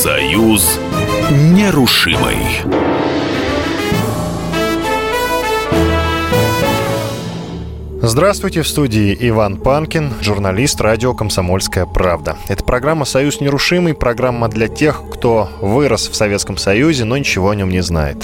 Союз нерушимый. Здравствуйте, в студии Иван Панкин, журналист радио «Комсомольская правда». Это программа «Союз нерушимый», программа для тех, кто вырос в Советском Союзе, но ничего о нем не знает.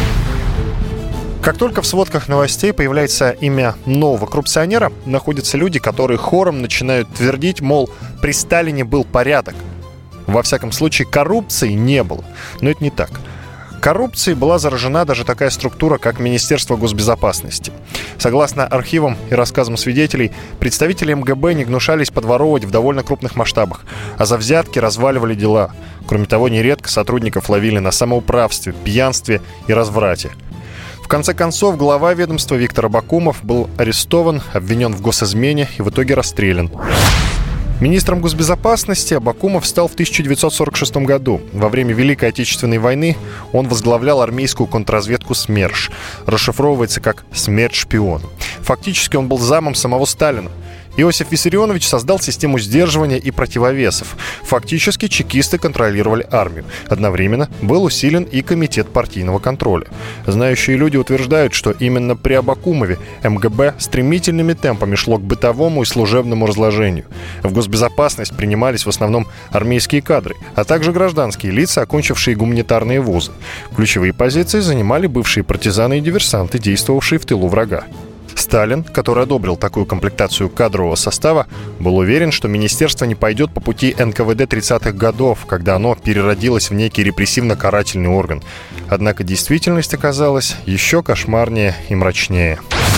Как только в сводках новостей появляется имя нового коррупционера, находятся люди, которые хором начинают твердить, мол, при Сталине был порядок. Во всяком случае, коррупции не было. Но это не так. Коррупцией была заражена даже такая структура, как Министерство госбезопасности. Согласно архивам и рассказам свидетелей, представители МГБ не гнушались подворовывать в довольно крупных масштабах, а за взятки разваливали дела. Кроме того, нередко сотрудников ловили на самоуправстве, пьянстве и разврате. В конце концов, глава ведомства Виктор Абакумов был арестован, обвинен в госизмене и в итоге расстрелян. Министром госбезопасности Абакумов стал в 1946 году. Во время Великой Отечественной войны он возглавлял армейскую контрразведку СМЕРШ. Расшифровывается как «Смерть-шпион». Фактически он был замом самого Сталина. Иосиф Виссарионович создал систему сдерживания и противовесов. Фактически чекисты контролировали армию. Одновременно был усилен и комитет партийного контроля. Знающие люди утверждают, что именно при Абакумове МГБ стремительными темпами шло к бытовому и служебному разложению. В госбезопасность принимались в основном армейские кадры, а также гражданские лица, окончившие гуманитарные вузы. Ключевые позиции занимали бывшие партизаны и диверсанты, действовавшие в тылу врага. Сталин, который одобрил такую комплектацию кадрового состава, был уверен, что министерство не пойдет по пути НКВД 30-х годов, когда оно переродилось в некий репрессивно-карательный орган. Однако действительность оказалась еще кошмарнее и мрачнее.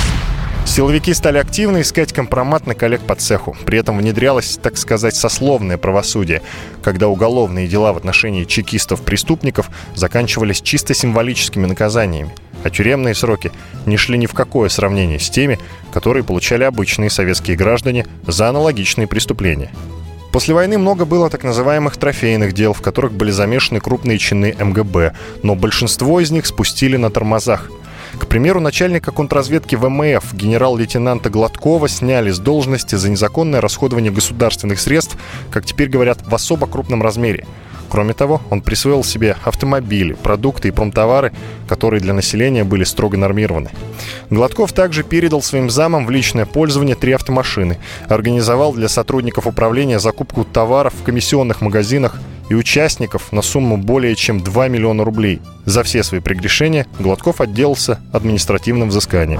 Силовики стали активно искать компромат на коллег по цеху. При этом внедрялось, так сказать, сословное правосудие, когда уголовные дела в отношении чекистов-преступников заканчивались чисто символическими наказаниями, а тюремные сроки не шли ни в какое сравнение с теми, которые получали обычные советские граждане за аналогичные преступления. После войны много было так называемых трофейных дел, в которых были замешаны крупные чины МГБ, но большинство из них спустили на тормозах. К примеру, начальника контрразведки ВМФ генерал-лейтенанта Гладкова сняли с должности за незаконное расходование государственных средств, как теперь говорят, в особо крупном размере. Кроме того, он присвоил себе автомобили, продукты и промтовары, которые для населения были строго нормированы. Гладков также передал своим замам в личное пользование 3 автомашины, организовал для сотрудников управления закупку товаров в комиссионных магазинах и участников на сумму более чем 2 миллиона рублей. За все свои прегрешения Гладков отделался административным взысканием.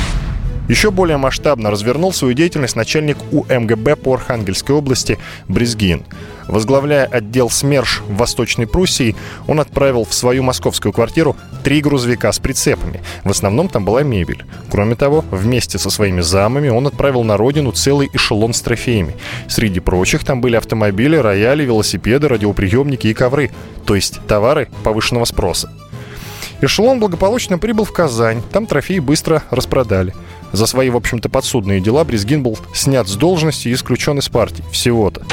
Еще более масштабно развернул свою деятельность начальник УМГБ по Архангельской области Брезгин. Возглавляя отдел СМЕРШ в Восточной Пруссии, он отправил в свою московскую квартиру 3 грузовика с прицепами. В основном там была мебель. Кроме того, вместе со своими замами он отправил на родину целый эшелон с трофеями. Среди прочих там были автомобили, рояли, велосипеды, радиоприемники и ковры, то есть товары повышенного спроса. Эшелон благополучно прибыл в Казань, там трофеи быстро распродали. За свои, в общем-то, подсудные дела Брезгин был снят с должности и исключен из партии. Всего-то.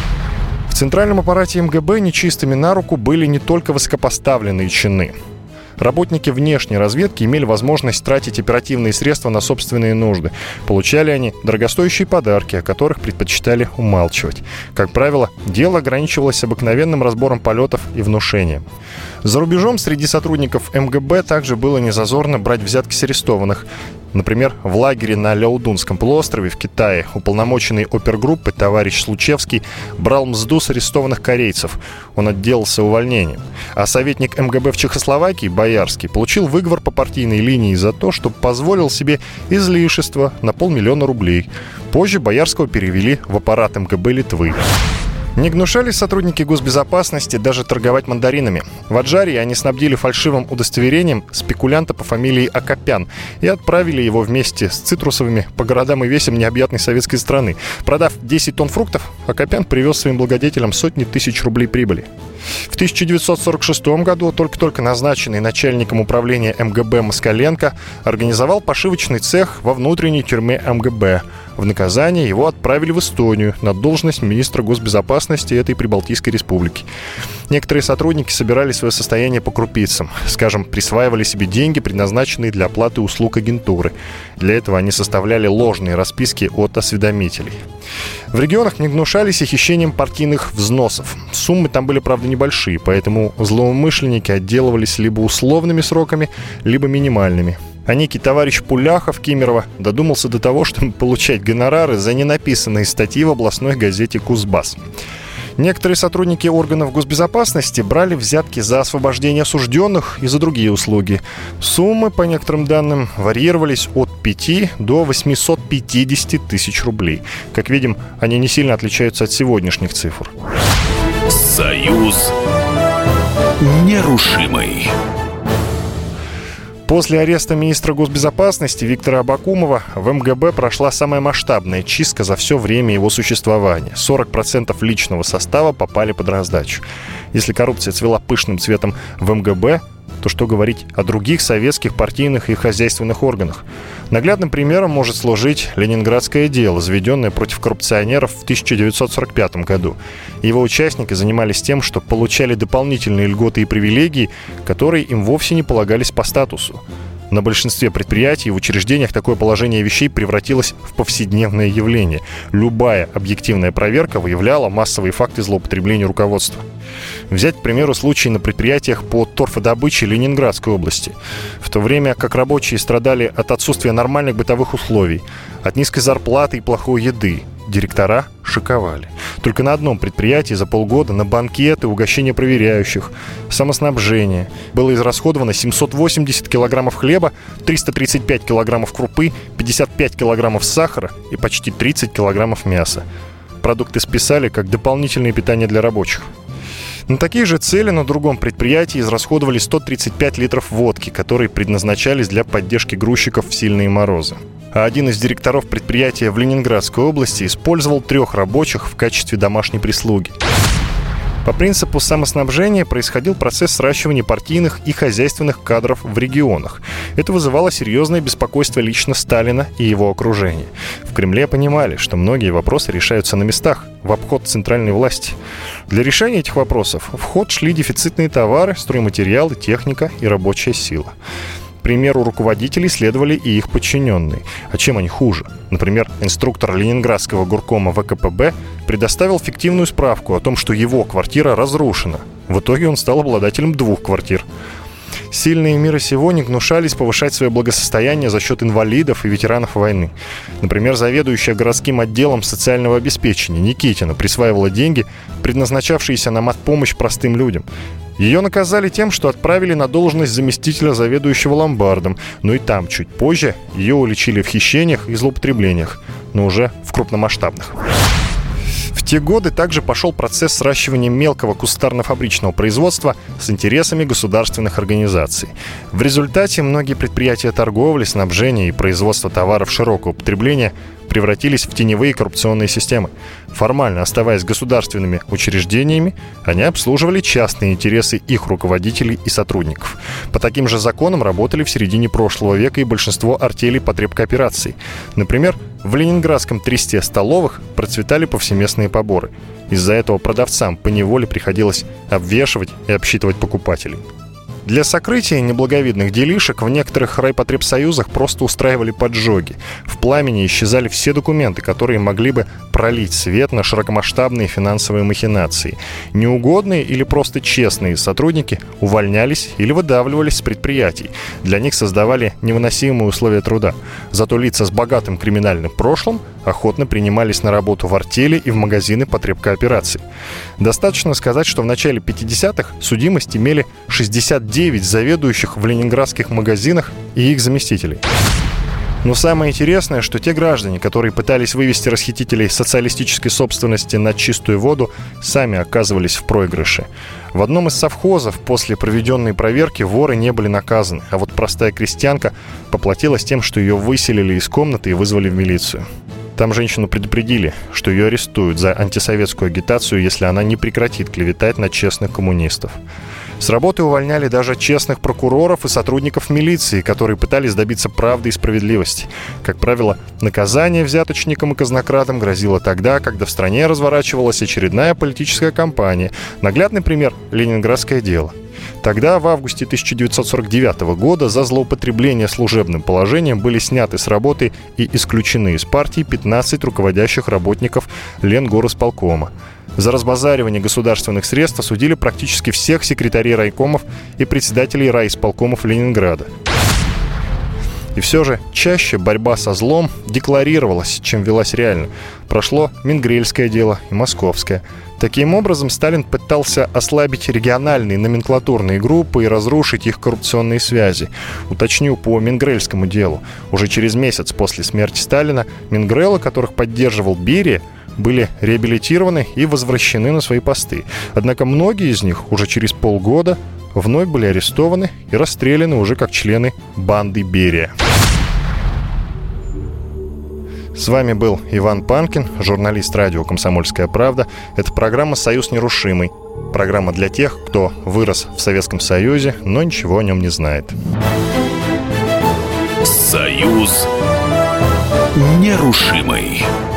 В центральном аппарате МГБ нечистыми на руку были не только высокопоставленные чины. Работники внешней разведки имели возможность тратить оперативные средства на собственные нужды. Получали они дорогостоящие подарки, о которых предпочитали умалчивать. Как правило, дело ограничивалось обыкновенным разбором полетов и внушением. За рубежом среди сотрудников МГБ также было незазорно брать взятки с арестованных. Например, в лагере на Ляодунском полуострове в Китае уполномоченный опергруппы товарищ Случевский брал мзду с арестованных корейцев. Он отделался увольнением. А советник МГБ в Чехословакии, Боярский, получил выговор по партийной линии за то, что позволил себе излишество на 500 000 рублей. Позже Боярского перевели в аппарат МГБ Литвы. Не гнушались сотрудники госбезопасности даже торговать мандаринами. В Аджарии они снабдили фальшивым удостоверением спекулянта по фамилии Акопян и отправили его вместе с цитрусовыми по городам и весям необъятной советской страны. Продав 10 тонн фруктов, Акопян привез своим благодетелям сотни тысяч рублей прибыли. В 1946 году только-только назначенный начальником управления МГБ Москаленко организовал пошивочный цех во внутренней тюрьме МГБ. В наказание его отправили в Эстонию на должность министра госбезопасности этой Прибалтийской республики. Некоторые сотрудники собирали свое состояние по крупицам. Скажем, присваивали себе деньги, предназначенные для оплаты услуг агентуры. Для этого они составляли ложные расписки от осведомителей. В регионах не гнушались и хищением партийных взносов. Суммы там были, правда, небольшие, поэтому злоумышленники отделывались либо условными сроками, либо минимальными. А некий товарищ Пуляхов Кемерово додумался до того, чтобы получать гонорары за ненаписанные статьи в областной газете «Кузбасс». Некоторые сотрудники органов госбезопасности брали взятки за освобождение осужденных и за другие услуги. Суммы, по некоторым данным, варьировались от 5 до 850 тысяч рублей. Как видим, они не сильно отличаются от сегодняшних цифр. Союз нерушимый. После ареста министра госбезопасности Виктора Абакумова в МГБ прошла самая масштабная чистка за все время его существования. 40% личного состава попали под раздачу. Если коррупция цвела пышным цветом в МГБ, то что говорить о других советских партийных и хозяйственных органах? Наглядным примером может служить ленинградское дело, заведенное против коррупционеров в 1945 году. Его участники занимались тем, что получали дополнительные льготы и привилегии, которые им вовсе не полагались по статусу. На большинстве предприятий и в учреждениях такое положение вещей превратилось в повседневное явление. Любая объективная проверка выявляла массовые факты злоупотребления руководства. Взять, к примеру, случай на предприятиях по торфодобыче Ленинградской области. В то время как рабочие страдали от отсутствия нормальных бытовых условий, от низкой зарплаты и плохой еды, директора шиковали. Только на одном предприятии за полгода на банкеты, угощения проверяющих, самоснабжение было израсходовано 780 килограммов хлеба, 335 килограммов крупы, 55 килограммов сахара и почти 30 килограммов мяса. Продукты списали как дополнительное питание для рабочих. На такие же цели на другом предприятии израсходовали 135 литров водки, которые предназначались для поддержки грузчиков в сильные морозы. А один из директоров предприятия в Ленинградской области использовал 3 рабочих в качестве домашней прислуги. По принципу самоснабжения происходил процесс сращивания партийных и хозяйственных кадров в регионах. Это вызывало серьезное беспокойство лично Сталина и его окружения. В Кремле понимали, что многие вопросы решаются на местах, в обход центральной власти. Для решения этих вопросов в ход шли дефицитные товары, стройматериалы, техника и рабочая сила. К примеру руководителей следовали и их подчиненные. А чем они хуже? Например, инструктор Ленинградского горкома ВКПБ предоставил фиктивную справку о том, что его квартира разрушена. В итоге он стал обладателем 2 квартир. Сильные мира сего не гнушались повышать свое благосостояние за счет инвалидов и ветеранов войны. Например, заведующая городским отделом социального обеспечения Никитина присваивала деньги, предназначавшиеся на матпомощь простым людям. Ее наказали тем, что отправили на должность заместителя заведующего ломбардом, но и там чуть позже ее уличили в хищениях и злоупотреблениях, но уже в крупномасштабных. В те годы также пошел процесс сращивания мелкого кустарно-фабричного производства с интересами государственных организаций. В результате многие предприятия торговли, снабжения и производства товаров широкого потребления превратились в теневые коррупционные системы. Формально оставаясь государственными учреждениями, они обслуживали частные интересы их руководителей и сотрудников. По таким же законам работали в середине прошлого века и большинство артелей потребкоопераций. Например, в ленинградском тресте столовых процветали повсеместные поборы. Из-за этого продавцам поневоле приходилось обвешивать и обсчитывать покупателей. Для сокрытия неблаговидных делишек в некоторых райпотребсоюзах просто устраивали поджоги. В пламени исчезали все документы, которые могли бы пролить свет на широкомасштабные финансовые махинации. Неугодные или просто честные сотрудники увольнялись или выдавливались с предприятий. Для них создавали невыносимые условия труда. Зато лица с богатым криминальным прошлым охотно принимались на работу в артели и в магазины потребкоопераций. Достаточно сказать, что в начале 50-х судимость имели 69 заведующих в ленинградских магазинах и их заместителей. Но самое интересное, что те граждане, которые пытались вывести расхитителей социалистической собственности на чистую воду, сами оказывались в проигрыше. В одном из совхозов после проведенной проверки воры не были наказаны, а вот простая крестьянка поплатилась тем, что ее выселили из комнаты и вызвали в милицию. Там женщину предупредили, что ее арестуют за антисоветскую агитацию, если она не прекратит клеветать на честных коммунистов. С работы увольняли даже честных прокуроров и сотрудников милиции, которые пытались добиться правды и справедливости. Как правило, наказание взяточникам и казнократам грозило тогда, когда в стране разворачивалась очередная политическая кампания. Наглядный пример – Ленинградское дело. Тогда, в августе 1949 года, за злоупотребление служебным положением были сняты с работы и исключены из партии 15 руководящих работников Ленгорисполкома. За разбазаривание государственных средств осудили практически всех секретарей райкомов и председателей райисполкомов Ленинграда. И все же чаще борьба со злом декларировалась, чем велась реально. Прошло Мингрельское дело и Московское. Таким образом, Сталин пытался ослабить региональные номенклатурные группы и разрушить их коррупционные связи. Уточню по Мингрельскому делу. Уже через месяц после смерти Сталина Мингрелы, которых поддерживал Берия, были реабилитированы и возвращены на свои посты. Однако многие из них уже через полгода вновь были арестованы и расстреляны уже как члены банды Берия. С вами был Иван Панкин, журналист радио «Комсомольская правда». Это программа «Союз нерушимый». Программа для тех, кто вырос в Советском Союзе, но ничего о нем не знает. Союз нерушимый.